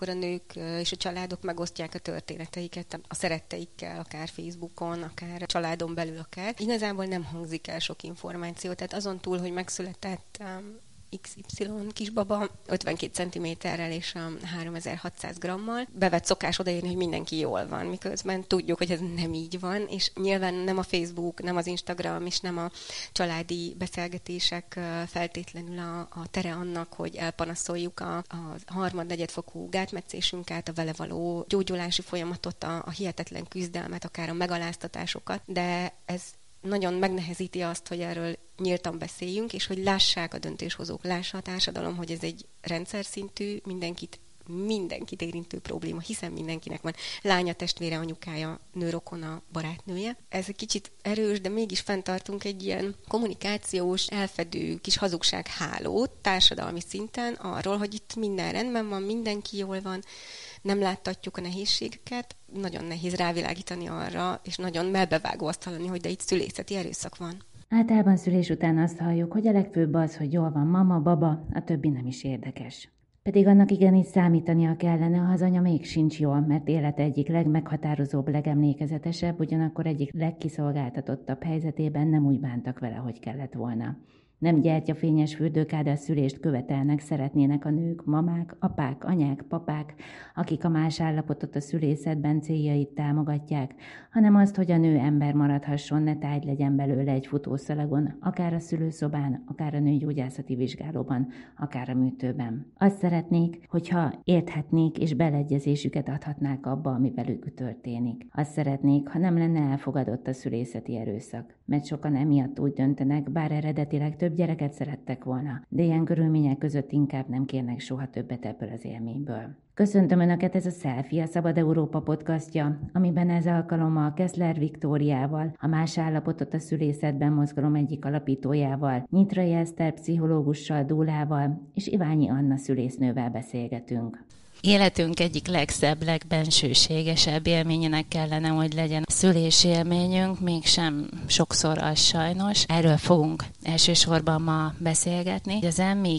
amikor a nők és a családok megosztják a történeteiket a szeretteikkel, akár Facebookon, akár a családon belül, akár. Igazából nem hangzik el sok információ, tehát azon túl, hogy megszületett XY kisbaba 52 cm-rel és 3600 grammal. Bevett szokás odaírni, hogy mindenki jól van, miközben tudjuk, hogy ez nem így van, és nyilván nem a Facebook, nem az Instagram, és nem a családi beszélgetések feltétlenül a tere annak, hogy elpanaszoljuk a harmad-negyedfokú gátmetszésünket, a vele való gyógyulási folyamatot, a hihetetlen küzdelmet, akár a megaláztatásokat, de ez nagyon megnehezíti azt, hogy erről nyíltan beszéljünk, és hogy lássák a döntéshozók, lássa a társadalom, hogy ez egy rendszer szintű, mindenkit érintő probléma, hiszen mindenkinek van lánya, testvére, anyukája, nőrokona, barátnője. Ez egy kicsit erős, de mégis fenntartunk egy ilyen kommunikációs, elfedő kis hazugsághálót társadalmi szinten arról, hogy itt minden rendben van, mindenki jól van, nem láttatjuk a nehézségeket, nagyon nehéz rávilágítani arra, és nagyon melbevágó azt hallani, hogy de itt szülészeti erőszak van. Általában szülés után azt halljuk, hogy a legfőbb az, hogy jól van mama, baba, a többi nem is érdekes. Pedig annak igenis számítania kellene, ha az anya még sincs jól, mert élete egyik legmeghatározóbb, legemlékezetesebb, ugyanakkor egyik legkiszolgáltatottabb helyzetében nem úgy bántak vele, hogy kellett volna. Nem gyertyafényes fürdőkád szülést követelnek, szeretnének a nők, mamák, apák, anyák, papák, akik a más állapotot a szülészetben céljait támogatják, hanem azt, hogy a nő ember maradhasson, ne tárgy legyen belőle egy futószalagon, akár a szülőszobán, akár a nőgyógyászati vizsgálóban, akár a műtőben. Azt szeretnék, hogyha érthetnék és beleegyezésüket adhatnák abba, ami velük történik. Azt szeretnék, ha nem lenne elfogadott a szülészeti erőszak, mert sokan emiatt úgy döntenek, bár eredetileg több gyereket szerettek volna, de ilyen körülmények között inkább nem kérnek soha többet ebből az élményből. Köszöntöm Önöket, ez a Selfie, a Szabad Európa podcastja, amiben ez alkalommal Keszler Viktóriával, a Más állapotot a szülészetben mozgalom egyik alapítójával, Nyitrai Eszter pszichológussal, dúlával és Iványi Anna szülésznővel beszélgetünk. Életünk egyik legszebb, legbensőségesebb élményének kellene, hogy legyen a szülési élményünk, mégsem sokszor az sajnos. Erről fogunk elsősorban ma beszélgetni. Az EMMI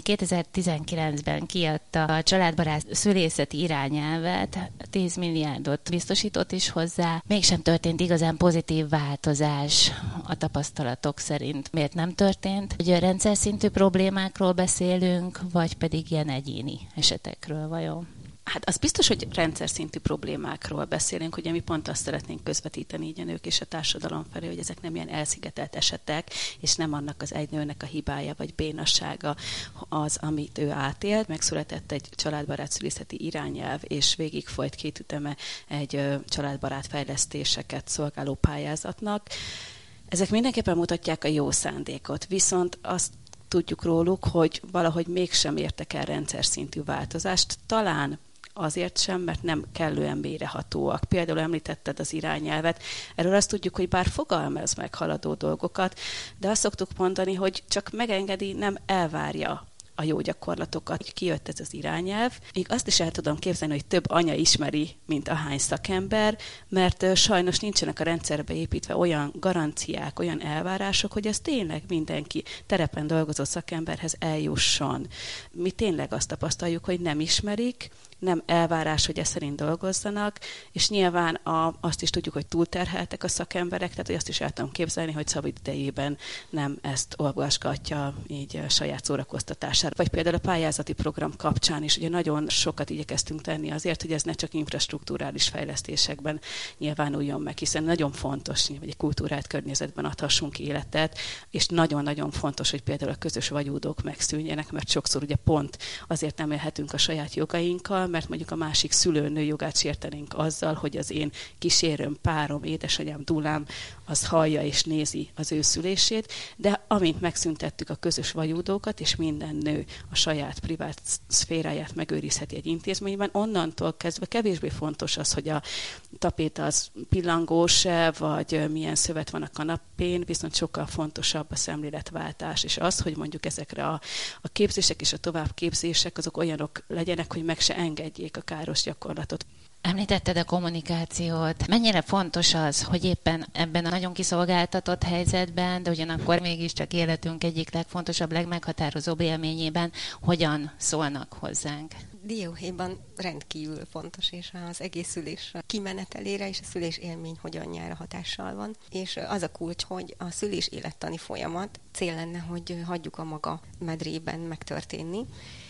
2019-ben kiadta a családbarát szülészeti irányelvet, 10 milliárdot biztosított is hozzá. Mégsem történt igazán pozitív változás a tapasztalatok szerint. Miért nem történt? Hogy a rendszer szintű problémákról beszélünk, vagy pedig ilyen egyéni esetekről vajon? Hát az biztos, hogy rendszer szintű problémákról beszélünk, ugye mi pont azt szeretnénk közvetíteni így a nők és a társadalom felé, hogy ezek nem ilyen elszigetelt esetek, és nem annak az egy nőnek a hibája vagy bénassága az, amit ő átélt. Megszületett egy családbarát szülészeti irányelv, és végig folyt 2 üteme egy családbarát fejlesztéseket szolgáló pályázatnak. Ezek mindenképpen mutatják a jó szándékot, viszont azt tudjuk róluk, hogy valahogy mégsem értek el rendszer szintű változást, talán azért sem, mert nem kellően mélyrehatóak. Például említetted az irányelvet. Erről azt tudjuk, hogy bár fogalmaz meg haladó dolgokat, de azt szoktuk mondani, hogy csak megengedi, nem elvárja a jó gyakorlatokat. Kijött ez az irányelv. Még azt is el tudom képzelni, hogy több anya ismeri, mint ahány szakember, mert sajnos nincsenek a rendszerbe építve olyan garanciák, olyan elvárások, hogy ez tényleg mindenki terepen dolgozó szakemberhez eljusson. Mi tényleg azt tapasztaljuk, hogy nem ismerik, nem elvárás, hogy ez szerint dolgozzanak, és nyilván azt is tudjuk, hogy túlterheltek a szakemberek, tehát hogy azt is el tudom képzelni, hogy szabad idejében nem ezt olvasgatja így saját szórakoztatására. Vagy például a pályázati program kapcsán is ugye nagyon sokat igyekeztünk tenni azért, hogy ez ne csak infrastrukturális fejlesztésekben nyilvánuljon meg, hiszen nagyon fontos, hogy egy kultúrált környezetben adhassunk életet, és nagyon-nagyon fontos, hogy például a közös vagyódók megszűnjenek, mert sokszor ugye pont azért nem élhetünk a saját jogainkkal, mert mondjuk a másik szülőnő jogát sértenénk azzal, hogy az én kísérőm, párom, édesanyám, dúlám, az hallja és nézi az ő szülését, de amint megszüntettük a közös vagyódókat, és minden nő a saját privát szféráját megőrizheti egy intézményben, onnantól kezdve kevésbé fontos az, hogy a tapéta az pillangós-e, vagy milyen szövet van a kanapén, viszont sokkal fontosabb a szemléletváltás, és az, hogy mondjuk ezekre a képzések és a továbbképzések azok olyanok legyenek, hogy meg se engedjék a káros gyakorlatot. Említetted a kommunikációt. Mennyire fontos az, hogy éppen ebben a nagyon kiszolgáltatott helyzetben, de ugyanakkor mégiscsak életünk egyik legfontosabb, legmeghatározóbb élményében hogyan szólnak hozzánk? Dióhéjban rendkívül fontos, és az egész szülés kimenetelére és a szülés élmény hogyanjára hatással van. És az a kulcs, hogy a szülés élettani folyamat cél lenne, hogy hagyjuk a maga medrében megtörténni,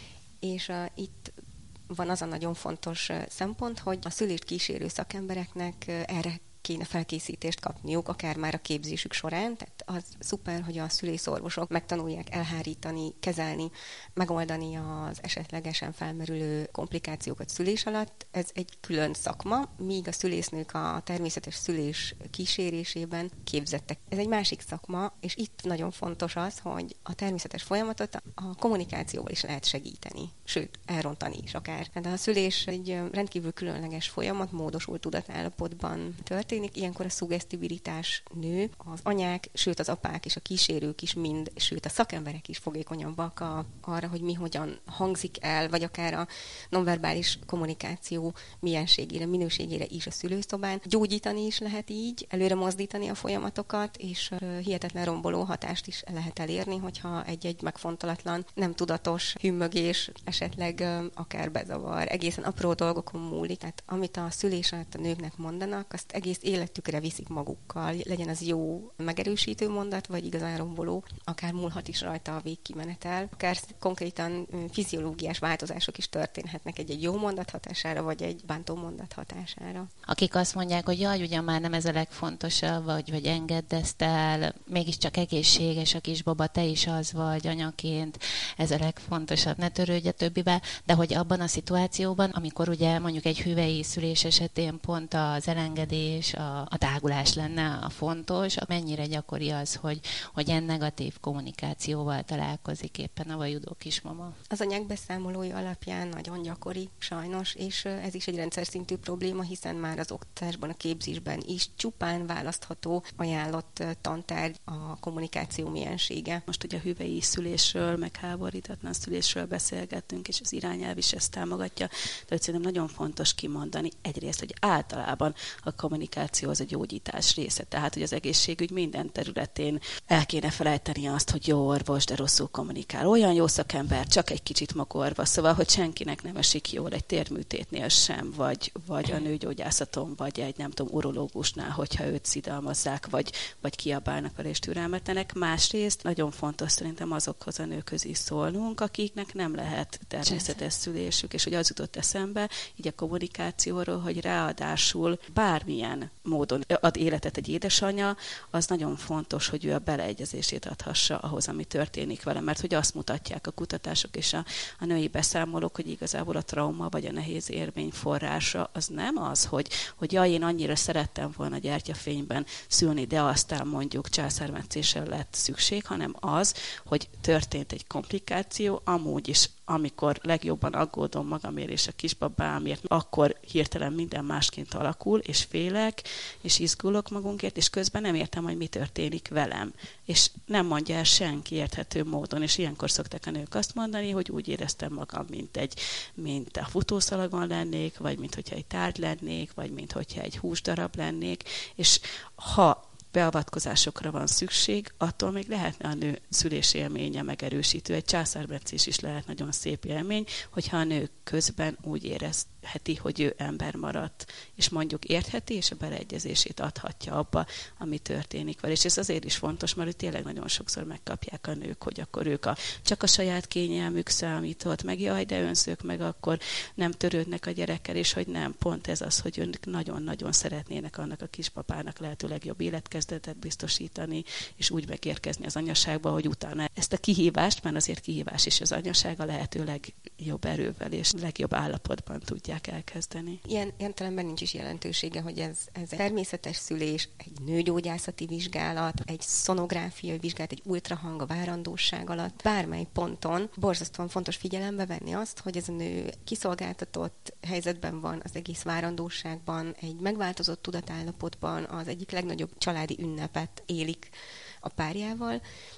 és itt van az a nagyon fontos szempont, hogy a szülést kísérő szakembereknek erre kéne felkészítést kapniuk, akár már a képzésük során. Tehát az szuper, hogy a szülészorvosok megtanulják elhárítani, kezelni, megoldani az esetlegesen felmerülő komplikációkat szülés alatt. Ez egy külön szakma, míg a szülésznők a természetes szülés kísérésében képzettek. Ez egy másik szakma, és itt nagyon fontos az, hogy a természetes folyamatot a kommunikációval is lehet segíteni, sőt, elrontani is akár. Tehát a szülés egy rendkívül különleges folyamat, módosult tudatállapotban történik. Ilyenkor a szuggesztibilitás nő, az anyák, sőt az apák és a kísérők is mind, sőt a szakemberek is fogékonyabbak arra, hogy mi hogyan hangzik el, vagy akár a nonverbális kommunikáció mienségére, minőségére is a szülőszobán. Gyógyítani is lehet így, előre mozdítani a folyamatokat, és hihetetlen romboló hatást is lehet elérni, hogyha egy-egy megfontolatlan, nem tudatos hümmögés esetleg akár bezavar, egészen apró dolgokon múlik. Tehát amit a szülés alatt a nőknek mondanak, azt egész életükre viszik magukkal, legyen az jó megerősítő mondat, vagy igazán romboló, akár múlhat is rajta a végkimenetel, akár konkrétan fiziológiás változások is történhetnek egy jó mondat hatására, vagy egy bántó mondat hatására. Akik azt mondják, hogy jaj, ugyan már nem ez a legfontosabb, vagy engedd ezt el, mégiscsak egészséges a kisbaba, te is az vagy anyaként, ez a legfontosabb, ne törődj a többivel, de hogy abban a szituációban, amikor ugye mondjuk egy hüvei szülés esetén pont az elengedés, a tágulás lenne a fontos, mennyire gyakori az, hogy ilyen negatív kommunikációval találkozik éppen a vajudó kismama. Az anyák beszámolói alapján nagyon gyakori, sajnos, és ez is egy rendszer szintű probléma, hiszen már az oktatásban, a képzésben is csupán választható, ajánlott tantárgy a kommunikáció miensége. Most ugye a hüvei szülésről, meg háborítatlan szülésről beszélgettünk, és az irányelv is ezt támogatja, de szerintem nagyon fontos kimondani egyrészt, hogy általában a kommunikáció az a gyógyítás része. Tehát, hogy az egészségügy minden területén el kéne felejteni azt, hogy jó orvos, de rosszul kommunikál. Olyan jó szakember, csak egy kicsit magorva. Szóval, hogy senkinek nem esik jól egy térműtétnél sem, vagy a nőgyógyászaton, vagy egy nem tudom, urológusnál, hogyha őt szidalmazzák, vagy kiabálnak vele és türelmetlenek. Másrészt nagyon fontos szerintem azokhoz a nőkhöz is szólnunk, akiknek nem lehet természetes szülésük, és hogy az jutott eszembe, így a kommunikációról, hogy ráadásul bármilyen módon ad életet egy édesanyja, az nagyon fontos, hogy ő a beleegyezését adhassa ahhoz, ami történik vele, mert hogy azt mutatják a kutatások és a női beszámolók, hogy igazából a trauma vagy a nehéz élmény forrása az nem az, hogy jaj, én annyira szerettem volna gyertyafényben szülni, de aztán mondjuk császármetszésre lett szükség, hanem az, hogy történt egy komplikáció, amúgy is amikor legjobban aggódom magamért és a kisbabámért, akkor hirtelen minden másként alakul, és félek, és izgulok magunkért, és közben nem értem, hogy mi történik velem. És nem mondja el senki érthető módon, és ilyenkor szokták a nők azt mondani, hogy úgy éreztem magam, mint a futószalagon lennék, vagy mint hogyha egy tárgy lennék, vagy mint hogyha egy húsdarab lennék, és ha beavatkozásokra van szükség, attól még lehetne a nő szülés élménye megerősítő. Egy császármetszés is lehet nagyon szép élmény, hogyha a nő közben úgy érezheti, hogy ő ember maradt, és mondjuk értheti, és a beleegyezését adhatja abba, ami történik vele. És ez azért is fontos, mert tényleg nagyon sokszor megkapják a nők, hogy akkor ők csak a saját kényelmük számított, meg jaj, de önzők, meg akkor nem törődnek a gyerekkel, és hogy nem, pont ez az, hogy önök nagyon-nagyon szeretnének annak a kisbabának lehetőleg jobb életkezdetet biztosítani, és úgy megérkezni az anyaságba, hogy utána ezt a kihívást, mert azért kihívás is az anyaság, a lehető legjobb erővel és legjobb állapotban tudják elkezdeni. Ilyen értelemben nincs is jelentősége, hogy ez egy természetes szülés, egy nőgyógyászati vizsgálat, egy szonográfiai vizsgálat, egy ultrahang a várandóság alatt. Bármely ponton borzasztóan fontos figyelembe venni azt, hogy ez a nő kiszolgáltatott helyzetben van az egész várandóságban, egy megváltozott tudatállapotban, az egyik legnagyobb családi ünnepet élik a párjával,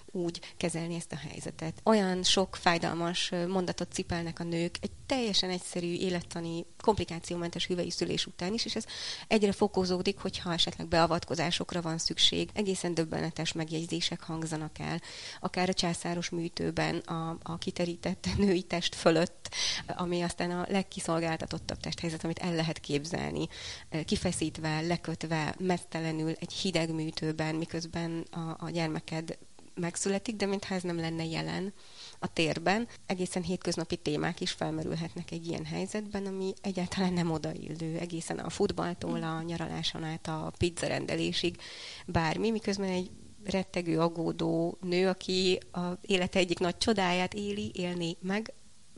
úgy kezelni ezt a helyzetet. Olyan sok fájdalmas mondatot cipelnek a nők egy teljesen egyszerű, élettani, komplikációmentes hüvely szülés után is, és ez egyre fokozódik, hogyha esetleg beavatkozásokra van szükség. Egészen döbbenetes megjegyzések hangzanak el, akár a császáros műtőben, a kiterített női test fölött, ami aztán a legkiszolgáltatottabb testhelyzet, amit el lehet képzelni, kifeszítve, lekötve, meztelenül egy hideg műtőben, miközben a gyermeked megszületik, de mintha ez nem lenne jelen a térben. Egészen hétköznapi témák is felmerülhetnek egy ilyen helyzetben, ami egyáltalán nem odaillő. Egészen a futballtól, a nyaraláson át a pizzarendelésig bármi, miközben egy rettegő, aggódó nő, aki az élete egyik nagy csodáját élni meg,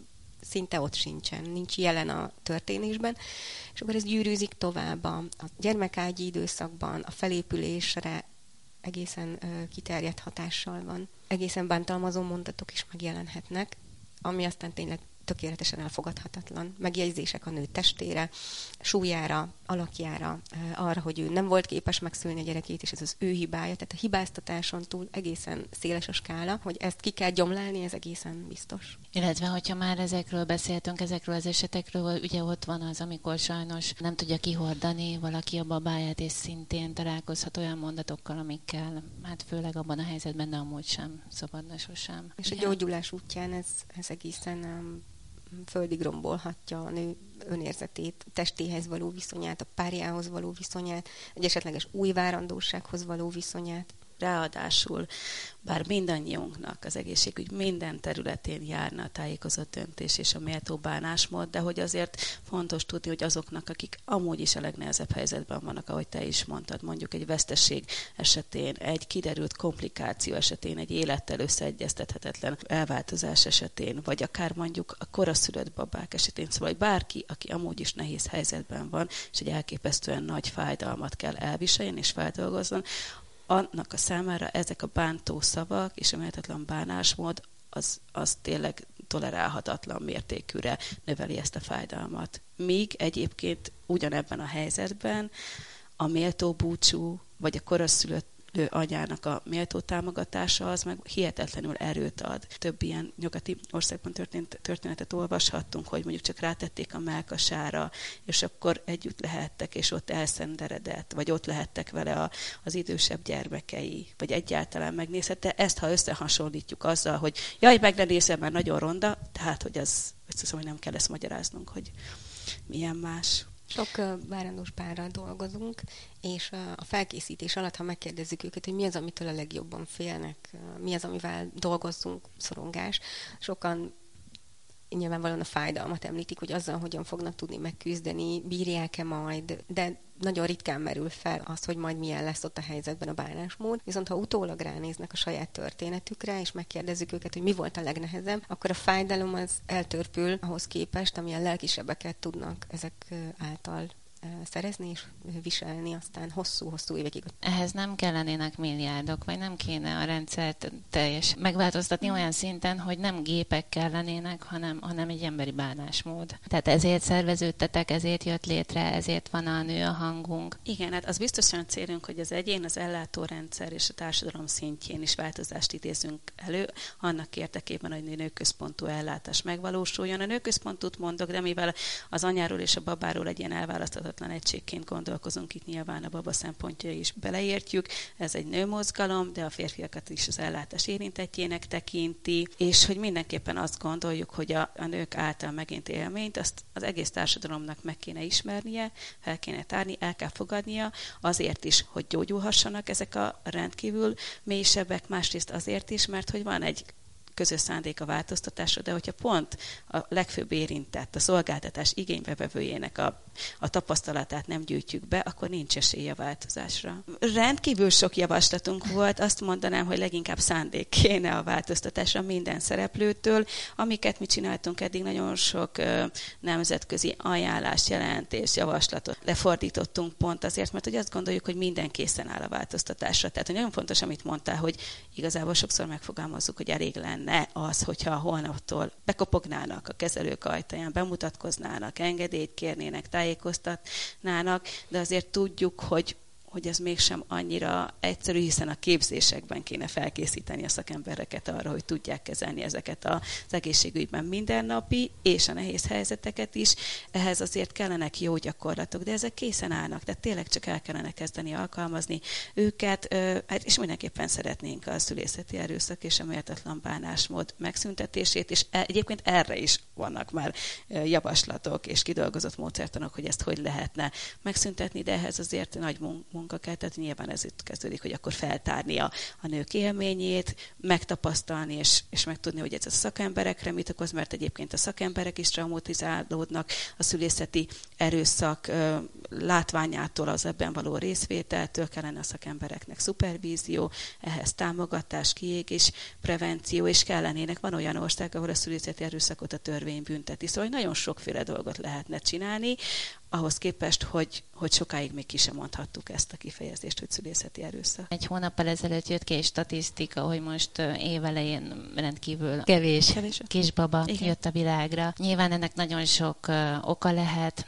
szinte ott sincsen, nincs jelen a történésben, és akkor ez gyűrűzik tovább a gyermekágyi időszakban, a felépülésre egészen kiterjedt hatással van. Egészen bántalmazó mondatok is megjelenhetnek, ami aztán tényleg tökéletesen elfogadhatatlan. Megjegyzések a nő testére, súlyára, alakjára, arra, hogy ő nem volt képes megszülni a gyerekét, és ez az ő hibája. Tehát a hibáztatáson túl egészen széles a skála, hogy ezt ki kell gyomlálni, ez egészen biztos. Illetve, hogyha már ezekről beszéltünk, ezekről az esetekről, ugye ott van az, amikor sajnos nem tudja kihordani valaki a babáját, és szintén találkozhat olyan mondatokkal, amikkel, hát főleg abban a helyzetben, de amúgy sem szabadna sosem. És a gyógyulás útján ez egészen földig rombolhatja a nő önérzetét, testéhez való viszonyát, a párjához való viszonyát, egy esetleges új várandósághoz való viszonyát. Ráadásul, bár mindannyiunknak az egészségügy minden területén járna a tájékozott döntés és a méltó bánásmód, de hogy azért fontos tudni, hogy azoknak, akik amúgy is a legnehezebb helyzetben vannak, ahogy te is mondtad, mondjuk egy veszteség esetén, egy kiderült komplikáció esetén, egy élettel összeegyeztethetetlen elváltozás esetén, vagy akár mondjuk a koraszülött babák esetén, szóval bárki, aki amúgy is nehéz helyzetben van, és egy elképesztően nagy fájdalmat kell elviseljen és feldolgozzon, annak a számára ezek a bántó szavak és a méltatlan bánásmód az tényleg tolerálhatatlan mértékűre növeli ezt a fájdalmat. Míg egyébként ugyanebben a helyzetben a méltó búcsú vagy a koraszülött anyának a méltó támogatása az meg hihetetlenül erőt ad. Több ilyen nyugati országban történt történetet olvashattunk, hogy mondjuk csak rátették a mellkasára, és akkor együtt lehettek, és ott elszenderedett, vagy ott lehettek vele az idősebb gyermekei, vagy egyáltalán megnézhette. Ezt, ha összehasonlítjuk azzal, hogy jaj, meg ne nézem, mert nagyon ronda, tehát, hogy azt hiszem, hogy nem kell ezt magyaráznunk, hogy milyen más. Sok várandós párral dolgozunk, és a felkészítés alatt, ha megkérdezzük őket, hogy mi az, amitől a legjobban félnek, mi az, amivel dolgozzunk, szorongás, sokan nyilvánvalóan a fájdalmat említik, hogy azzal hogyan fognak tudni megküzdeni, bírják-e majd, de nagyon ritkán merül fel az, hogy majd milyen lesz ott a helyzetben a bánásmód. Viszont ha utólag ránéznek a saját történetükre, és megkérdezzük őket, hogy mi volt a legnehezebb, akkor a fájdalom az eltörpül ahhoz képest, amilyen lelkisebeket tudnak ezek által szerezni és viselni aztán hosszú-hosszú évekig. Ehhez nem kellenének milliárdok, vagy nem kéne a rendszert teljes megváltoztatni olyan szinten, hogy nem gépek kellenének, hanem egy emberi bánásmód. Tehát ezért szerveződtetek, ezért jött létre, ezért van a Nő a hangunk. Igen, hát az biztosan a célunk, hogy az egyén, az ellátórendszer és a társadalom szintjén is változást idézünk elő, annak érdekében, hogy nőközpontú ellátás megvalósuljon. A nőközpontút mondok, de mivel az anyáról és a babáról egy ilyen elválaszthatatlan egységként gondolkozunk, itt nyilván a baba szempontjai is beleértjük. Ez egy nőmozgalom, de a férfiakat is az ellátás érintettjének tekinti, és hogy mindenképpen azt gondoljuk, hogy a nők által megint élményt, azt az egész társadalomnak meg kéne ismernie, fel kéne tárni, el kell fogadnia, azért is, hogy gyógyulhassanak ezek a rendkívül mélysebbek, másrészt azért is, mert hogy van egy közös szándék a változtatásra, de hogyha pont a legfőbb érintett, a szolgáltatás igénybevevőjének a tapasztalatát nem gyűjtjük be, akkor nincs esélye a változásra. Rendkívül sok javaslatunk volt, azt mondanám, hogy leginkább szándék kéne a változtatásra minden szereplőtől. Amiket mi csináltunk eddig, nagyon sok nemzetközi ajánlás, jelentés, javaslatot lefordítottunk pont azért, mert hogy azt gondoljuk, hogy minden készen áll a változtatásra. Tehát hogy nagyon fontos, amit mondtál, hogy igazából sokszor megfogalmazzuk, hogy elég lenne az, hogyha holnaptól bekopognának a kezelők ajtaján, bemutatkoznának, engedélyt kérnének, tájékoztatnának, de azért tudjuk, hogy ez mégsem annyira egyszerű, hiszen a képzésekben kéne felkészíteni a szakembereket arra, hogy tudják kezelni ezeket az egészségügyben mindennapi és a nehéz helyzeteket is. Ehhez azért kellenek jó gyakorlatok, de ezek készen állnak, tehát tényleg csak el kellene kezdeni alkalmazni őket, és mindenképpen szeretnénk a szülészeti erőszak és a méltatlan bánásmód megszüntetését, és egyébként erre is vannak már javaslatok és kidolgozott módszertanok, hogy ezt hogy lehetne megszüntetni, de ehhez azért nagy munka kell, tehát nyilván ez itt kezdődik, hogy akkor feltárni a nők élményét, megtapasztalni, és megtudni, hogy ez a szakemberekre mit okoz, mert egyébként a szakemberek is traumatizálódnak, a szülészeti erőszak látványától, az ebben való részvételtől kellene a szakembereknek szupervízió, ehhez támogatás, kiégés, prevenció, és kellenének. Van olyan ország, ahol a szülészeti erőszakot a törvény bünteti. Szóval nagyon sokféle dolgot lehetne csinálni, ahhoz képest, hogy sokáig még ki sem mondhattuk ezt a kifejezést, hogy szülészeti erőszak. Egy hónappal ezelőtt jött ki egy statisztika, hogy most évelején rendkívül kevés kisbaba jött a világra. Nyilván ennek nagyon sok oka lehet.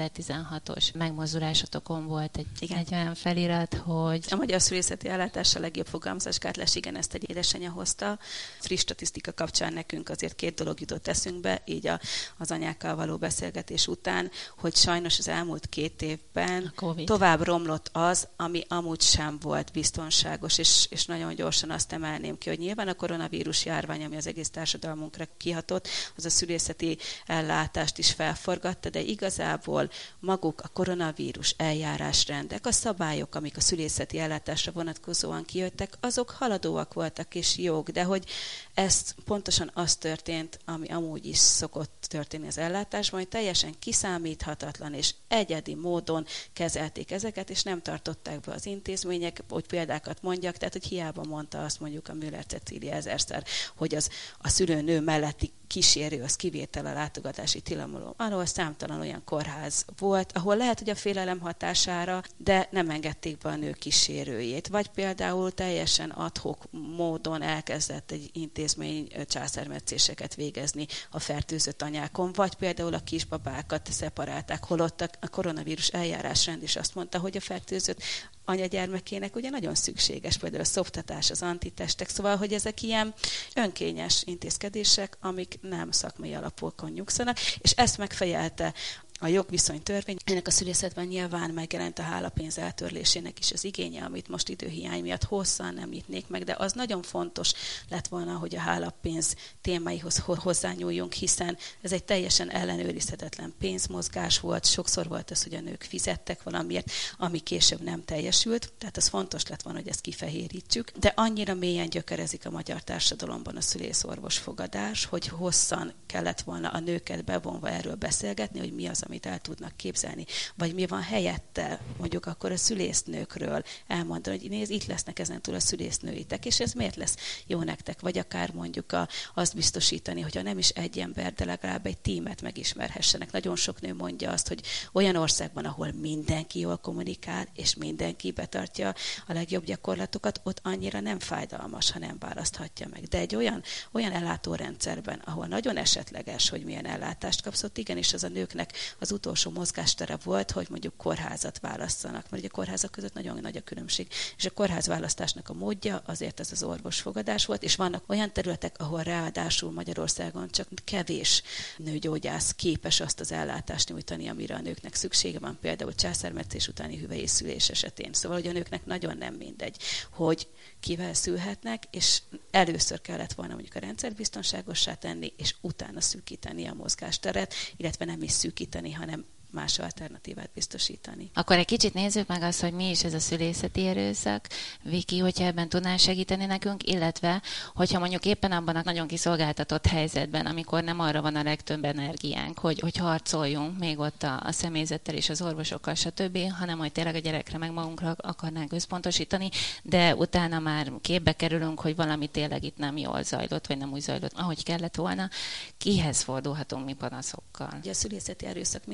2016-os megmozdulásotokon volt egy olyan felirat, hogy... A magyar szülészeti ellátás a legjobb fogalmazás, Kártlás, igen, ezt egy édesanyja hozta. Friss statisztika kapcsán nekünk azért 2 dolog jutott eszünkbe, így az anyákkal való beszélgetés után, hogy sajnos az elmúlt 2 évben tovább romlott az, ami amúgy sem volt biztonságos, és nagyon gyorsan azt emelném ki, hogy nyilván a koronavírus járvány, ami az egész társadalmunkra kihatott, az a szülészeti ellátást is felforgatta, de igazából maguk a koronavírus eljárásrendek, a szabályok, amik a szülészeti ellátásra vonatkozóan kijöttek, azok haladóak voltak és jók, de hogy ez pontosan az történt, ami amúgy is szokott történni az ellátásban, hogy teljesen kiszámíthatatlan és egyedi módon kezelték ezeket, és nem tartották be az intézmények, hogy példákat mondjak, tehát hogy hiába mondta azt mondjuk a Müller Cecília ezerszer, hogy a szülőnő melletti kísérő, az kivétel a látogatási tilalom alól, számtalan olyan kórház volt, ahol lehet, hogy a félelem hatására, de nem engedték be a nő kísérőjét. Vagy például teljesen ad-hoc módon elkezdett egy intézmény császármetszéseket végezni a fertőzött anyákon, vagy például a kisbabákat szeparálták, holott a koronavírus eljárásrend is azt mondta, hogy a fertőzött anyagyermekének ugye nagyon szükséges, például a szoptatás, az antitestek, szóval, hogy ezek ilyen önkényes intézkedések, amik nem szakmai alapokon nyugszanak, és ezt megfejelte a jogviszonytörvény. Ennek a szülészetben nyilván megjelent a hálapénz eltörlésének is az igénye, amit most időhiány miatt hosszan nem nyitnék meg, de az nagyon fontos lett volna, hogy a hálapénz témáihoz hozzányúljunk, hiszen ez egy teljesen ellenőrizhetetlen pénzmozgás volt, sokszor volt az, hogy a nők fizettek valamiért, ami később nem teljesült, tehát az fontos lett volna, hogy ezt kifehérítsük, de annyira mélyen gyökerezik a magyar társadalomban a szülészorvos fogadás, hogy hosszan kellett volna a nőket bevonva erről beszélgetni, hogy mi az, amit el tudnak képzelni, vagy mi van helyette, mondjuk akkor a szülésznőkről elmondani, hogy nézd, itt lesznek ezentúl a szülésznőitek, és ez miért lesz jó nektek, vagy akár mondjuk azt biztosítani, hogyha nem is egy ember, de legalább egy tímet megismerhessenek. Nagyon sok nő mondja azt, hogy olyan országban, ahol mindenki jól kommunikál, és mindenki betartja a legjobb gyakorlatokat, ott annyira nem fájdalmas, ha nem választhatja meg. De egy olyan ellátórendszerben, ahol nagyon esetleges, hogy milyen ellátást kapsz, ott igenis az a nőknek az utolsó mozgástere volt, hogy mondjuk kórházat válasszanak, mert ugye a kórházak között nagyon nagy a különbség. És a kórházválasztásnak a módja azért az orvosfogadás volt, és vannak olyan területek, ahol ráadásul Magyarországon csak kevés nőgyógyász képes azt az ellátást nyújtani, amire a nőknek szüksége van, például császármetszés utáni hüvelyészszülés esetén. Szóval, hogy a nőknek nagyon nem mindegy, hogy kivel szülhetnek, és először kellett volna mondjuk a rendszert biztonságossá tenni, és utána szűkíteni a mozgásteret, illetve nem is szűkíteni, hanem más alternatívát biztosítani. Akkor egy kicsit nézzük meg azt, hogy mi is ez a szülészeti erőszak. Viki, hogyha ebben tudnál segíteni nekünk, illetve, hogyha mondjuk éppen abban a nagyon kiszolgáltatott helyzetben, amikor nem arra van a legtöbb energiánk, hogy harcoljunk még ott a személyzettel és az orvosokkal, stb., hanem hogy tényleg a gyerekre meg magunkra akarnánk összpontosítani, de utána már képbe kerülünk, hogy valami tényleg itt nem jól zajlott, vagy nem úgy zajlott, ahogy kellett volna. Kihez fordulhatunk mi panaszokkal? Ugye a szülészeti erőszak minden olyan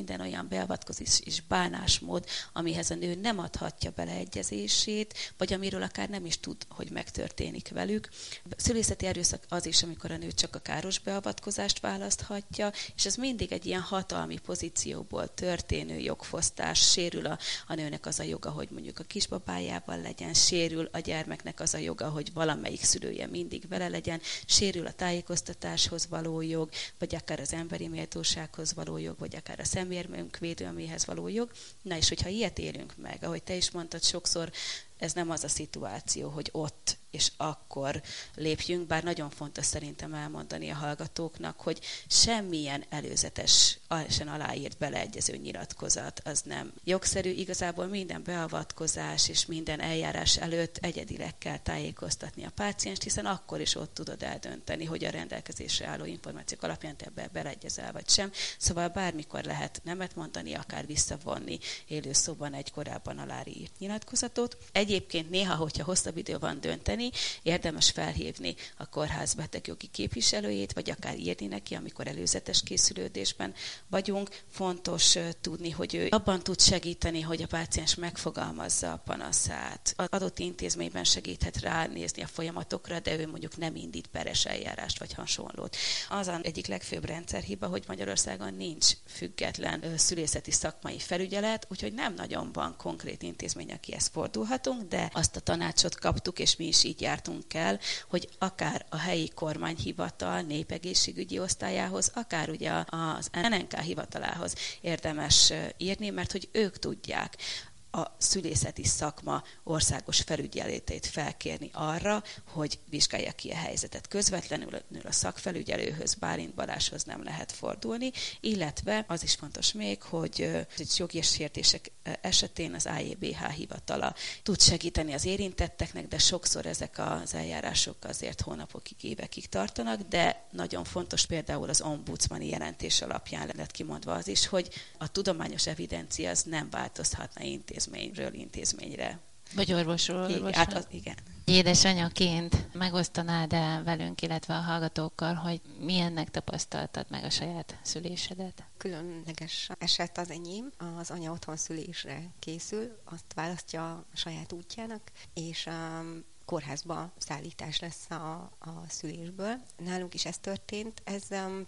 olyan beavatkozás és bánásmód, amihez a nő nem adhatja beleegyezését, vagy amiről akár nem is tud, hogy megtörténik velük. Szülészeti erőszak az is, amikor a nő csak a káros beavatkozást választhatja, és ez mindig egy ilyen hatalmi pozícióból történő jogfosztás, sérül a nőnek az a joga, hogy mondjuk a kisbabájával legyen, sérül a gyermeknek az a joga, hogy valamelyik szülője mindig vele legyen, sérül a tájékoztatáshoz való jog, vagy akár az emberi méltósághoz való jog, vagy akár a személyünk védelméhez való jog. Na és hogyha ilyet élünk meg, ahogy te is mondtad, sokszor ez nem az a szituáció, hogy ott és akkor lépjünk, bár nagyon fontos szerintem elmondani a hallgatóknak, hogy semmilyen előzetesen aláírt beleegyező nyilatkozat az nem jogszerű. Igazából minden beavatkozás és minden eljárás előtt egyedileg kell tájékoztatni a pácienst, hiszen akkor is ott tudod eldönteni, hogy a rendelkezésre álló információk alapján te ebbe beleegyezel vagy sem. Szóval bármikor lehet nemet mondani, akár visszavonni élőszóban egy korábban aláírt nyilatkozatot. Egyébként néha, hogyha hosszabb idő van dönteni, érdemes felhívni a kórház betegjogi képviselőjét, vagy akár írni neki, amikor előzetes készülődésben vagyunk. Fontos tudni, hogy ő abban tud segíteni, hogy a páciens megfogalmazza a panaszát. Az adott intézményben segíthet ránézni a folyamatokra, de ő mondjuk nem indít peres eljárást, vagy hasonlót. Az egyik legfőbb rendszerhiba, hogy Magyarországon nincs független szülészeti szakmai felügyelet, úgyhogy nem nagyon van konkrét intézmény, akihez fordulhatunk, de azt a tanácsot kaptuk, és mi is így jártunk el, hogy akár a helyi kormányhivatal népegészségügyi osztályához, akár ugye az NNK hivatalához érdemes írni, mert hogy ők tudják a szülészeti szakma országos felügyeletét felkérni arra, hogy vizsgálja ki a helyzetet. Közvetlenül a szakfelügyelőhöz, Bálint Balázshoz nem lehet fordulni, illetve az is fontos még, hogy jogi sértések esetén az AJBH hivatala tud segíteni az érintetteknek, de sokszor ezek az eljárások azért hónapokig, évekig tartanak, de nagyon fontos például az ombudsmani jelentés alapján lett kimondva az is, hogy a tudományos evidencia az nem változhatna intézményről intézményre. Vagy orvosról orvosra. Hát igen. Édesanyaként megosztanád-e velünk, illetve a hallgatókkal, hogy milyennek tapasztaltad meg a saját szülésedet? Különleges eset az enyém. Az anya otthon szülésre készül, azt választja a saját útjának, és kórházba szállítás lesz a szülésből. Nálunk is ez történt. Ez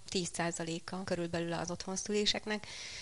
10%-a körülbelül az otthonszüléseknek,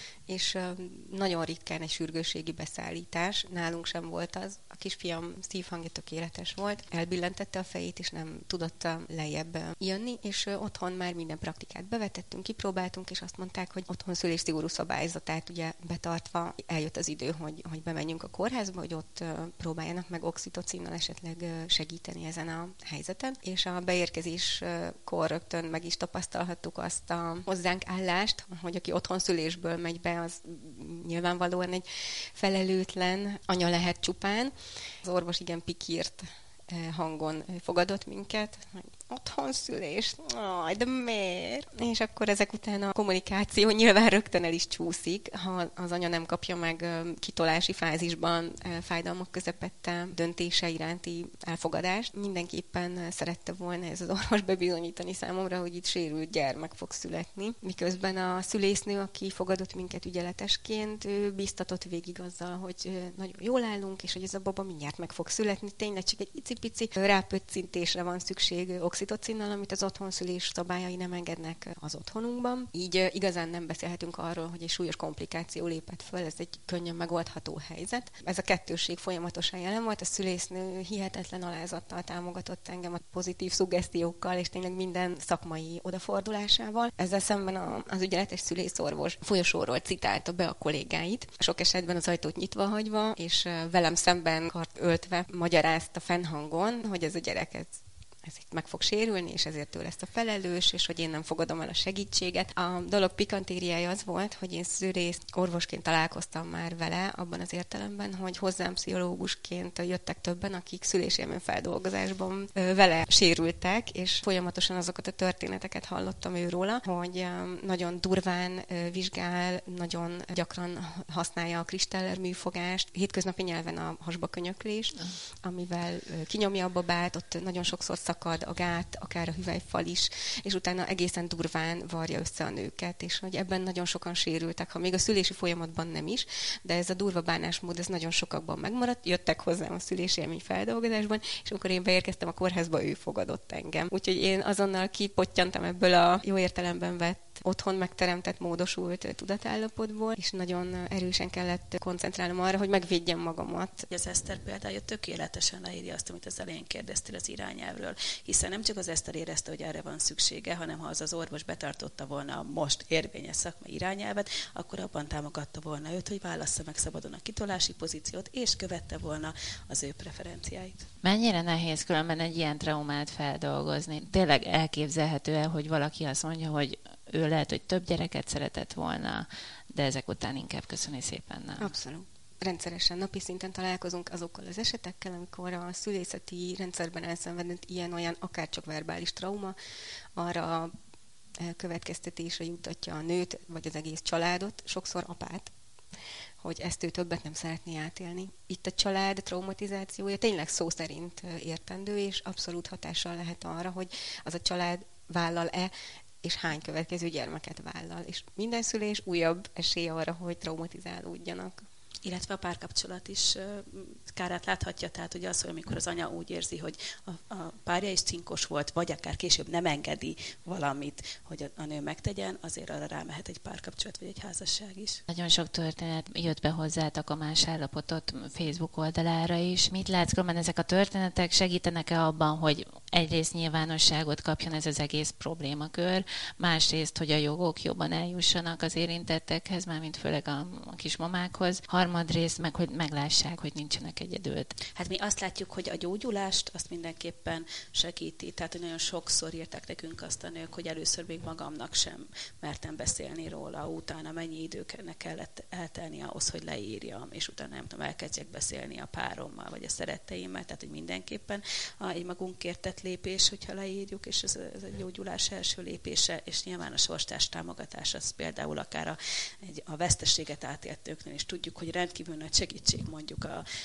és nagyon ritkán egy sürgősségi beszállítás. Nálunk sem volt az. A kisfiam szívhangja tökéletes volt, elbillentette a fejét, és nem tudott lejjebb jönni, és otthon már minden praktikát bevetettünk, kipróbáltunk, és azt mondták, hogy otthon szülés szigorú szabályzatát ugye betartva eljött az idő, hogy bemenjünk a kórházba, hogy ott próbáljanak meg oxitocinnal esetleg segíteni ezen a helyzeten, és a beérkezéskor rögtön meg is tapasztalhattuk azt a hozzánk állást, hogy aki otthon szülésből megy be, az nyilvánvalóan egy felelőtlen anya lehet csupán. Az orvos igen pikírt hangon fogadott minket, hogy otthon szülés, de miért? És akkor ezek után a kommunikáció nyilván rögtön el is csúszik, ha az anya nem kapja meg kitolási fázisban fájdalmak közepette döntése iránti elfogadást. Mindenképpen szerette volna ez az orvos bebizonyítani számomra, hogy itt sérült gyermek fog születni. Miközben a szülésznő, aki fogadott minket ügyeletesként, ő bíztatott végig azzal, hogy nagyon jól állunk, és hogy ez a baba mindjárt meg fog születni. Tényleg csak egy icipici rápöccintésre van szükség oxitocinnal, amit az otthonszülés szabályai nem engednek az otthonunkban. Így igazán nem beszélhetünk arról, hogy egy súlyos komplikáció lépett föl, ez egy könnyen megoldható helyzet. Ez a kettősség folyamatosan jelen volt, a szülésznő hihetetlen alázattal támogatott engem a pozitív szuggesztiókkal, és tényleg minden szakmai odafordulásával. Ezzel szemben az ügyeletes szülészorvos folyosóról citálta be a kollégáit, sok esetben az ajtót nyitva hagyva, és velem szemben kart öltve magyarázta fennhangon, hogy ez a gyerek ez itt meg fog sérülni, és ezért ő lesz a felelős, és hogy én nem fogadom el a segítséget. A dolog pikantériája az volt, hogy én szülész orvosként találkoztam már vele, abban az értelemben, hogy hozzám pszichológusként jöttek többen, akik szülésélmény feldolgozásban vele sérültek, és folyamatosan azokat a történeteket hallottam őróla, hogy nagyon durván vizsgál, nagyon gyakran használja a Kristeller műfogást, hétköznapi nyelven a hasba könyöklést, amivel kinyomja a babát, ott nagyon sokszor szakad a gát, akár a hüvelyfal is, és utána egészen durván varja össze a nőket, és hogy ebben nagyon sokan sérültek, ha még a szülési folyamatban nem is, de ez a durva bánásmód, ez nagyon sokakban megmaradt, jöttek hozzám a szülési élmény feldolgozásban, és amikor én beérkeztem a kórházba, ő fogadott engem. Úgyhogy én azonnal kipottyantam ebből a jó értelemben vett otthon megteremtett, módosult tudatállapotból, és nagyon erősen kellett koncentrálnom arra, hogy megvédjem magamat. Az Eszter példája tökéletesen leírja azt, amit az elején kérdeztél az irányelvről, hiszen nem csak az Eszter érezte, hogy erre van szüksége, hanem ha az orvos betartotta volna a most érvényes szakmai irányelvet, akkor abban támogatta volna őt, hogy válassza meg szabadon a kitolási pozíciót, és követte volna az ő preferenciáit. Mennyire nehéz különben egy ilyen traumát feldolgozni? Tényleg elképzelhető-e, hogy valaki azt mondja, hogy ő lehet, hogy több gyereket szeretett volna, de ezek után inkább köszöni szépen nem? Abszolút. Rendszeresen napi szinten találkozunk azokkal az esetekkel, amikor a szülészeti rendszerben elszenvedett ilyen-olyan, akár csak verbális trauma, arra következtetésre juttatja a nőt, vagy az egész családot, sokszor apát, hogy ezt ő többet nem szeretné átélni. Itt a család traumatizációja tényleg szó szerint értendő, és abszolút hatással lehet arra, hogy az a család vállal-e, és hány következő gyermeket vállal. És minden szülés újabb esély arra, hogy traumatizálódjanak. Illetve a párkapcsolat is kárát láthatja, tehát hogy az, hogy amikor az anya úgy érzi, hogy a párja is cinkos volt, vagy akár később nem engedi valamit, hogy a nő megtegyen, azért arra rámehet egy párkapcsolat, vagy egy házasság is. Nagyon sok történet jött be hozzátok a Más állapotot Facebook oldalára is. Mit látsz, különben ezek a történetek segítenek-e abban, hogy egyrészt nyilvánosságot kapjon ez az egész problémakör, másrészt, hogy a jogok jobban eljussanak az érintettekhez, mármint főleg a kismamákhoz, harmadrészt meg, hogy meglássák, hogy nincsenek egyedül. Hát mi azt látjuk, hogy a gyógyulást azt mindenképpen segíti. Tehát, hogy nagyon sokszor írták nekünk azt a nők, hogy először még magamnak sem mertem beszélni róla, utána mennyi időnek kellett eltelni ahhoz, hogy leírjam, és utána nem tudom, elkezdjek beszélni a párommal, vagy a szeretteimmel. Tehát, hogy mindenképpen egy magunkért tett lépés, hogyha leírjuk, és ez a gyógyulás első lépése, és nyilván a sorstárs támogatás, az például akár a veszteséget átélt nőknél is tudjuk, hogy rendkívül nagy segítség mondjuk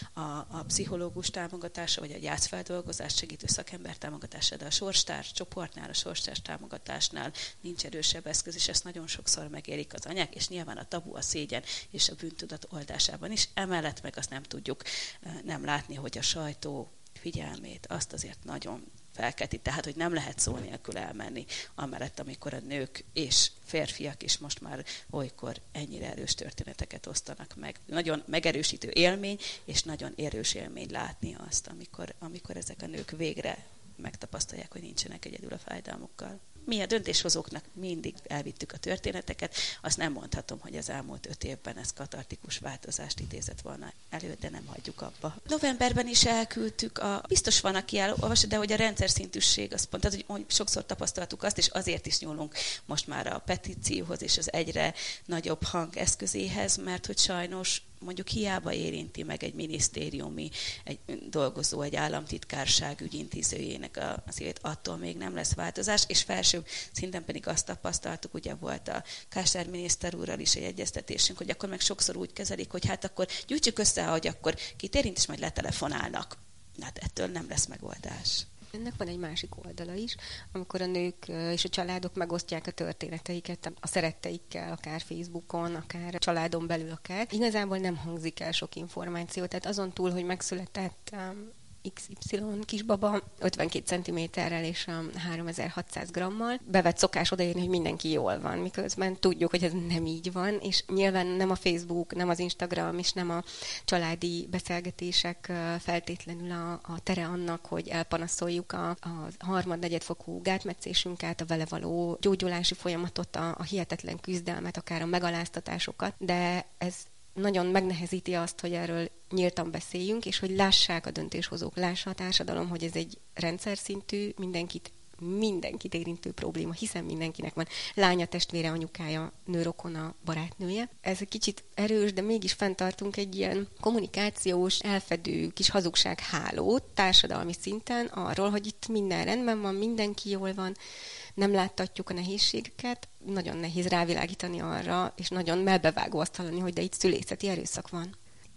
a pszichológus támogatása, vagy a gyászfeldolgozást segítő szakember támogatása, de a sorstárs csoportnál, a sorstárs támogatásnál nincs erősebb eszköz, és ezt nagyon sokszor megérik az anyák, és nyilván a tabu, a szégyen és a bűntudat oldásában is. Emellett meg azt nem tudjuk nem látni, hogy a sajtó figyelmét azt azért nagyon felkelti, tehát, hogy nem lehet szó nélkül elmenni, amellett, amikor a nők és férfiak is most már olykor ennyire erős történeteket osztanak meg. Nagyon megerősítő élmény, és nagyon erős élmény látni azt, amikor ezek a nők végre megtapasztalják, hogy nincsenek egyedül a fájdalmukkal. Mi a döntéshozóknak mindig elvittük a történeteket, azt nem mondhatom, hogy az elmúlt 5 évben ez katartikus változást idézett volna elő, de nem hagyjuk abba. Novemberben is elküldtük, biztos van, aki elolvassa, de hogy a rendszer szintűség, az pont, tehát, hogy sokszor tapasztaltuk azt, és azért is nyúlunk most már a petícióhoz és az egyre nagyobb hang eszközéhez, mert hogy sajnos mondjuk hiába érinti meg egy minisztériumi egy dolgozó, egy államtitkárság ügyintézőjének az élet, attól még nem lesz változás, és felsőbb szinten pedig azt tapasztaltuk, ugye volt a Kásler miniszter úrral is egy egyeztetésünk, hogy akkor meg sokszor úgy kezelik, hogy hát akkor gyűjtsük össze, hogy akkor kit érint, és majd letelefonálnak. Hát ettől nem lesz megoldás. Ennek van egy másik oldala is, amikor a nők és a családok megosztják a történeteiket a szeretteikkel, akár Facebookon, akár a családon belül akár. Igazából nem hangzik el sok információ, tehát azon túl, hogy megszületett XY kisbaba 52 cm-rel és 3600 grammal. Bevett szokás odaírni, hogy mindenki jól van, miközben tudjuk, hogy ez nem így van, és nyilván nem a Facebook, nem az Instagram, és nem a családi beszélgetések feltétlenül a tere annak, hogy elpanaszoljuk a harmad-negyedfokú gátmetszésünket, a vele való gyógyulási folyamatot, a hihetetlen küzdelmet, akár a megaláztatásokat, de ez nagyon megnehezíti azt, hogy erről nyíltan beszéljünk, és hogy lássák a döntéshozók, lássa a társadalom, hogy ez egy rendszer szintű, mindenkit érintő probléma, hiszen mindenkinek van lánya, testvére, anyukája, nőrokona, barátnője. Ez egy kicsit erős, de mégis fenntartunk egy ilyen kommunikációs, elfedő kis hazugsághálót társadalmi szinten arról, hogy itt minden rendben van, mindenki jól van, nem láttatjuk a nehézségeket, nagyon nehéz rávilágítani arra, és nagyon melbevágó azt hallani, hogy de itt szülészeti erőszak van.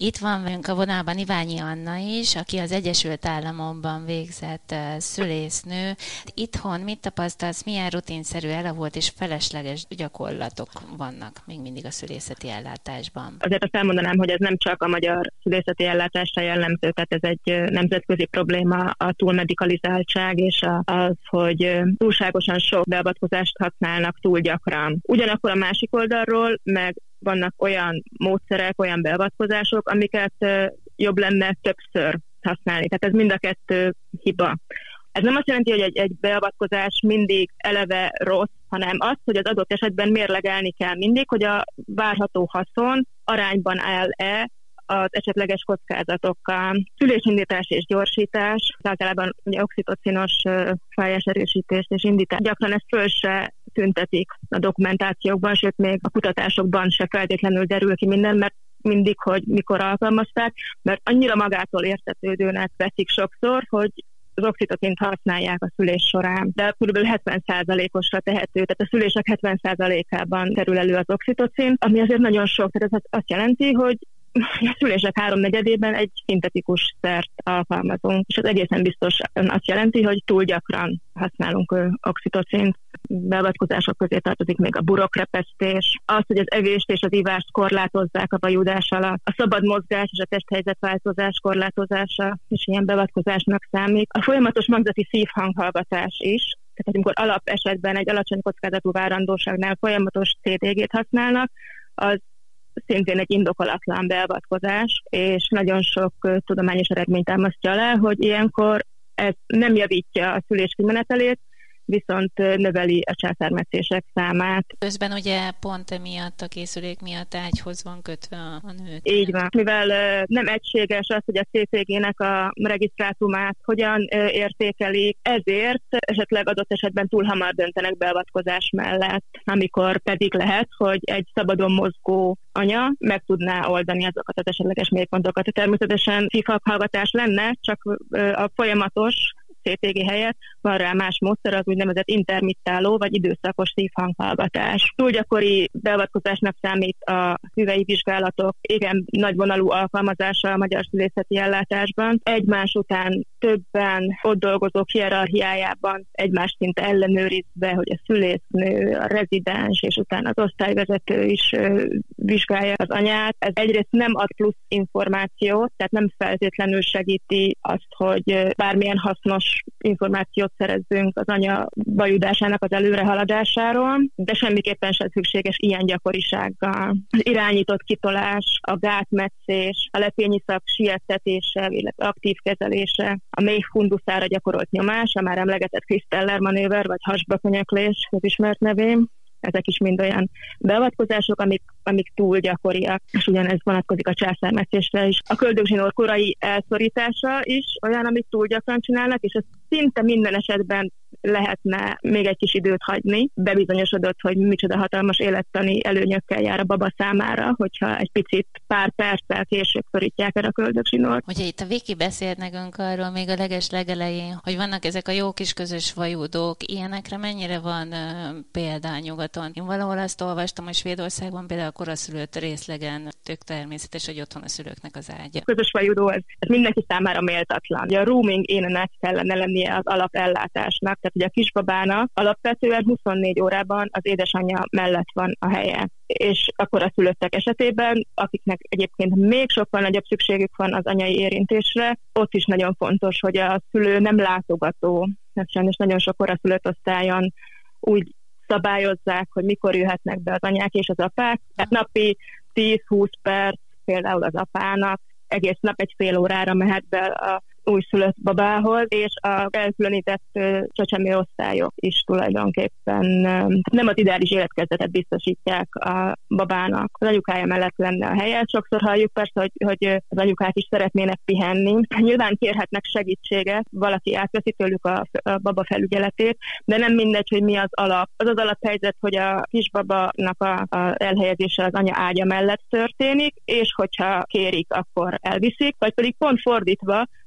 Itt van velünk a vonalban Iványi Anna is, aki az Egyesült Államokban végzett szülésznő. Itthon mit tapasztalsz, milyen rutinszerű, elavult és felesleges gyakorlatok vannak még mindig a szülészeti ellátásban? Azért azt elmondanám, hogy ez nem csak a magyar szülészeti ellátásra jellemző, tehát ez egy nemzetközi probléma, a túlmedikalizáltság és az, hogy túlságosan sok beavatkozást használnak túl gyakran. Ugyanakkor a másik oldalról meg vannak olyan módszerek, olyan beavatkozások, amiket jobb lenne többször használni. Tehát ez mind a kettő hiba. Ez nem azt jelenti, hogy egy beavatkozás mindig eleve rossz, hanem az, hogy az adott esetben mérlegelni kell mindig, hogy a várható haszon arányban áll-e az esetleges kockázatokkal. Szülésindítás és gyorsítás, általában ugye oxitocinos fájáserősítést és indítás. Gyakran ezt föl se tüntetik a dokumentációkban, sőt még a kutatásokban se feltétlenül derül ki minden, mert mindig, hogy mikor alkalmazták, mert annyira magától értetődőnek veszik sokszor, hogy az oxitocint használják a szülés során, de kb. 70%-osra tehető, tehát a szülések 70%-ában kerül elő az oxitocin, ami azért nagyon sok, tehát ez azt jelenti, hogy a szülések 3/4-ében egy szintetikus szert alkalmazunk, és az egészen biztos azt jelenti, hogy túl gyakran használunk oxitocint. Beavatkozások közé tartozik még a burokrepesztés, az, hogy az evést és az ivást korlátozzák a vajudás alatt, a szabad mozgás és a testhelyzetváltozás korlátozása is ilyen beavatkozásnak számít. A folyamatos magzati szívhanghallgatás is, tehát amikor alapesetben egy alacsony kockázatú várandóságnál folyamatos CTG-t használnak, az szintén egy indokolatlan beavatkozás, és nagyon sok tudományos eredmény támasztja alá, hogy ilyenkor ez nem javítja a szülés kimenetelét, viszont növeli a császármetszések számát. Közben ugye pont emiatt a készülék miatt ágyhoz van kötve a nőt. Így van. Mivel nem egységes az, hogy a CTG-nek a regisztrátumát hogyan értékelik, ezért esetleg adott esetben túl hamar döntenek beavatkozás mellett, amikor pedig lehet, hogy egy szabadon mozgó anya meg tudná oldani azokat az esetleges mélypontokat. Természetesen szívhanghallgatás lenne, csak a folyamatos CTG helyett van rá más módszer, az úgynevezett intermittáló vagy időszakos szívhanghallgatás. Túl gyakori beavatkozásnak számít a hüvei vizsgálatok igen nagyvonalú alkalmazása a magyar szülészeti ellátásban. Egymás után többen ott dolgozók hierarchiájában egymást szinte ellenőrizve, hogy a szülésznő, a rezidens és utána az osztályvezető is vizsgálja az anyát. Ez egyrészt nem ad plusz információt, tehát nem feltétlenül segíti azt, hogy bármilyen hasznos információt szerezzünk az anya vajudásának az előrehaladásáról, de semmiképpen sem szükséges ilyen gyakorisággal. Az irányított kitolás, a gátmetszés, a lepényiszak siettetése, illetve aktív kezelése, a mély funduszára gyakorolt nyomás, a már emlegetett Kriszteller manőver vagy hasbakönyöklés, az ismert nevén. Ezek is mind olyan beavatkozások, amik túl gyakoriak, és ugyanez vonatkozik a császármetszésre is. A köldögzsinór korai elszorítása is olyan, amit túl gyakran csinálnak, és ez szinte minden esetben lehetne még egy kis időt hagyni. Bebizonyosodott, hogy micsoda hatalmas élettani előnyökkel jár a baba számára, hogyha egy picit pár perccel később szorítják el a köldögzsinórt. Ugye itt a Viki beszélt nekünk arról még a legelején, hogy vannak ezek a jó kis közös vajudók, ilyenekre mennyire van példa nyugaton? Én valahol azt olvastam, hogy Svédországban például a koraszülött részlegen tök természetes, hogy otthon a szülőknek az ágya. A közös vajudó, ez mindenki számára méltatlan. A rooming in-nek kellene lennie az alapellátásnak, tehát ugye a kisbabának alapvetően 24 órában az édesanyja mellett van a helye. És akkor a szülöttek esetében, akiknek egyébként még sokkal nagyobb szükségük van az anyai érintésre, ott is nagyon fontos, hogy a szülő nem látogató. Mert sajnos nagyon sok koraszülött osztályon úgy szabályozzák, hogy mikor jöhetnek be az anyák és az apák. Tehát napi 10-20 perc például az apának, egész nap egy fél órára mehet be a újszülött babához, és a elkülönített csecsemő osztályok is tulajdonképpen nem az ideális életkezdetet biztosítják a babának. Az anyukája mellett lenne a helye. Sokszor halljuk persze, hogy az anyukák is szeretnének pihenni. Nyilván kérhetnek segítséget, valaki átveszi tőlük a baba felügyeletét, de nem mindegy, hogy mi az alap. Az az alaphelyzet, hogy a kisbabanak a elhelyezése az anya ágya mellett történik, és hogyha kérik, akkor elviszik, vagy pedig pont fordítva,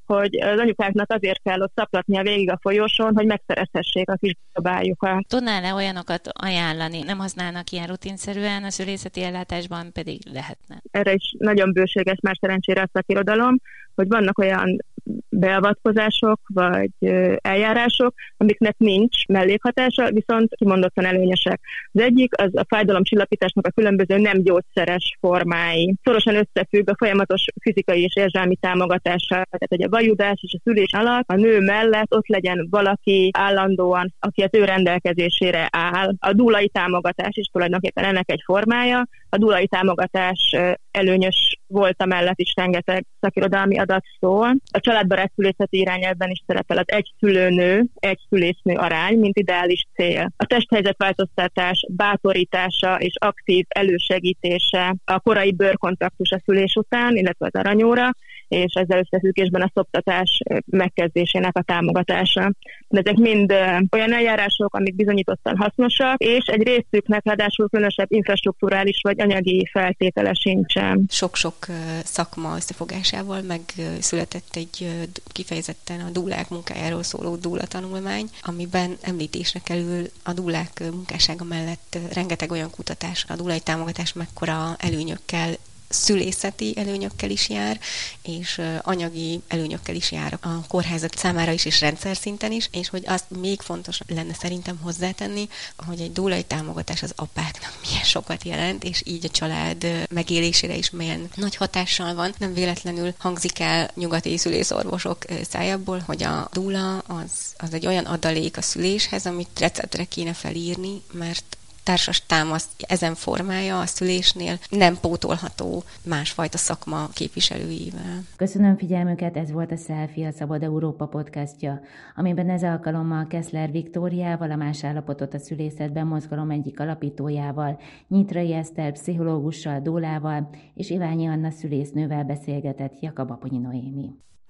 hogy az anyukáknak azért kell ott szaplatnia végig a folyosón, hogy megszerezhessék a kis babájukat. Tudnál-e olyanokat ajánlani? Nem használnak ilyen rutinszerűen a szülészeti ellátásban, pedig lehetne. Erre is nagyon bőséges már szerencsére a szakirodalom, hogy vannak olyan beavatkozások vagy eljárások, amiknek nincs mellékhatása, viszont kimondottan előnyösek. Az egyik az a fájdalomcsillapításnak a különböző nem gyógyszeres formái. Szorosan összefügg a folyamatos fizikai és érzelmi támogatással, tehát hogy a vajudás és a szülés alatt a nő mellett ott legyen valaki állandóan, aki az ő rendelkezésére áll. A dúlai támogatás is tulajdonképpen ennek egy formája. A dúlai támogatás előnyös volt amellett is rengeteg szakirodalmi adat szól. A családbarát szülészeti irányelvben is szerepel az egy szülőnő, egy szülésznő arány, mint ideális cél. A testhelyzetváltoztatás bátorítása és aktív elősegítése, a korai bőrkontaktus a szülés után, illetve az aranyóra, és ezzel összefüggésben a szoptatás megkezdésének a támogatása. De ezek mind olyan eljárások, amik bizonyítottan hasznosak, és egy részüknek ráadásul különösebb infrastrukturális vagy anyagi feltétele sincsen. Sok-sok szakma összefogásával megszületett egy kifejezetten a dúlák munkájáról szóló dúlatanulmány, amiben említésre kerül a dúlák munkássága mellett rengeteg olyan kutatás, a dúlai támogatás mekkora előnyökkel, szülészeti előnyökkel is jár, és anyagi előnyökkel is jár a kórházak számára is, és rendszer szinten is, és hogy azt még fontos lenne szerintem hozzátenni, hogy egy dúlai támogatás az apáknak milyen sokat jelent, és így a család megélésére is milyen nagy hatással van. Nem véletlenül hangzik el nyugati szülészorvosok szájából, hogy a dúla az egy olyan adalék a szüléshez, amit receptre kéne felírni, mert társas támasz ezen formája a szülésnél nem pótolható másfajta szakma képviselőivel. Köszönöm figyelmüket, ez volt a Selfie, a Szabad Európa podcastja, amiben ez alkalommal Keszler Viktóriával, a Más állapotot a szülészetben mozgalom egyik alapítójával, Nyitrai Eszter pszichológussal, dúlával és Iványi Anna szülésznővel beszélgetett Jakab Aponyi Noémi.